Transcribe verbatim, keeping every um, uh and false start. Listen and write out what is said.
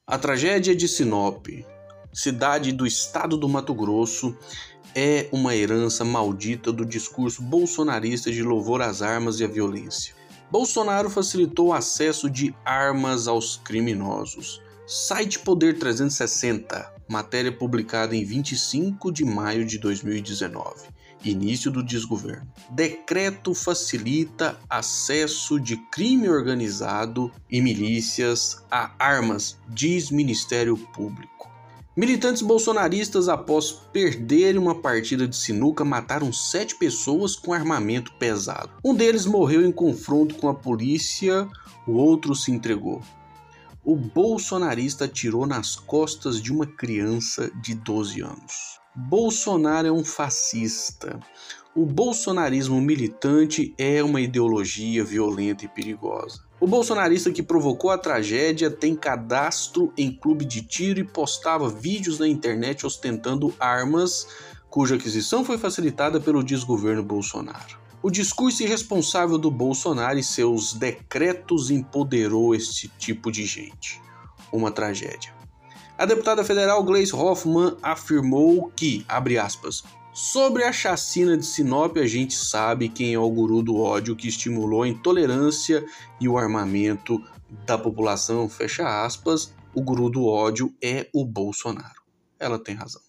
A tragédia de Sinop, cidade do estado do Mato Grosso, é uma herança maldita do discurso bolsonarista de louvor às armas e à violência. Bolsonaro facilitou o acesso de armas aos criminosos. Site Poder trezentos e sessenta, matéria publicada em vinte e cinco de maio de dois mil e dezenove. Início do desgoverno. Decreto facilita acesso de crime organizado e milícias a armas, diz Ministério Público. Militantes bolsonaristas, após perderem uma partida de sinuca, mataram sete pessoas com armamento pesado. Um deles morreu em confronto com a polícia, o outro se entregou. O bolsonarista atirou nas costas de uma criança de doze anos. Bolsonaro é um fascista. O bolsonarismo militante é uma ideologia violenta e perigosa. O bolsonarista que provocou a tragédia tem cadastro em clube de tiro e postava vídeos na internet ostentando armas, cuja aquisição foi facilitada pelo desgoverno Bolsonaro. O discurso irresponsável do Bolsonaro e seus decretos empoderou este tipo de gente. Uma tragédia. A deputada federal Gleisi Hoffmann afirmou que, abre aspas, sobre a chacina de Sinop a gente sabe quem é o guru do ódio que estimulou a intolerância e o armamento da população, fecha aspas, o guru do ódio é o Bolsonaro. Ela tem razão.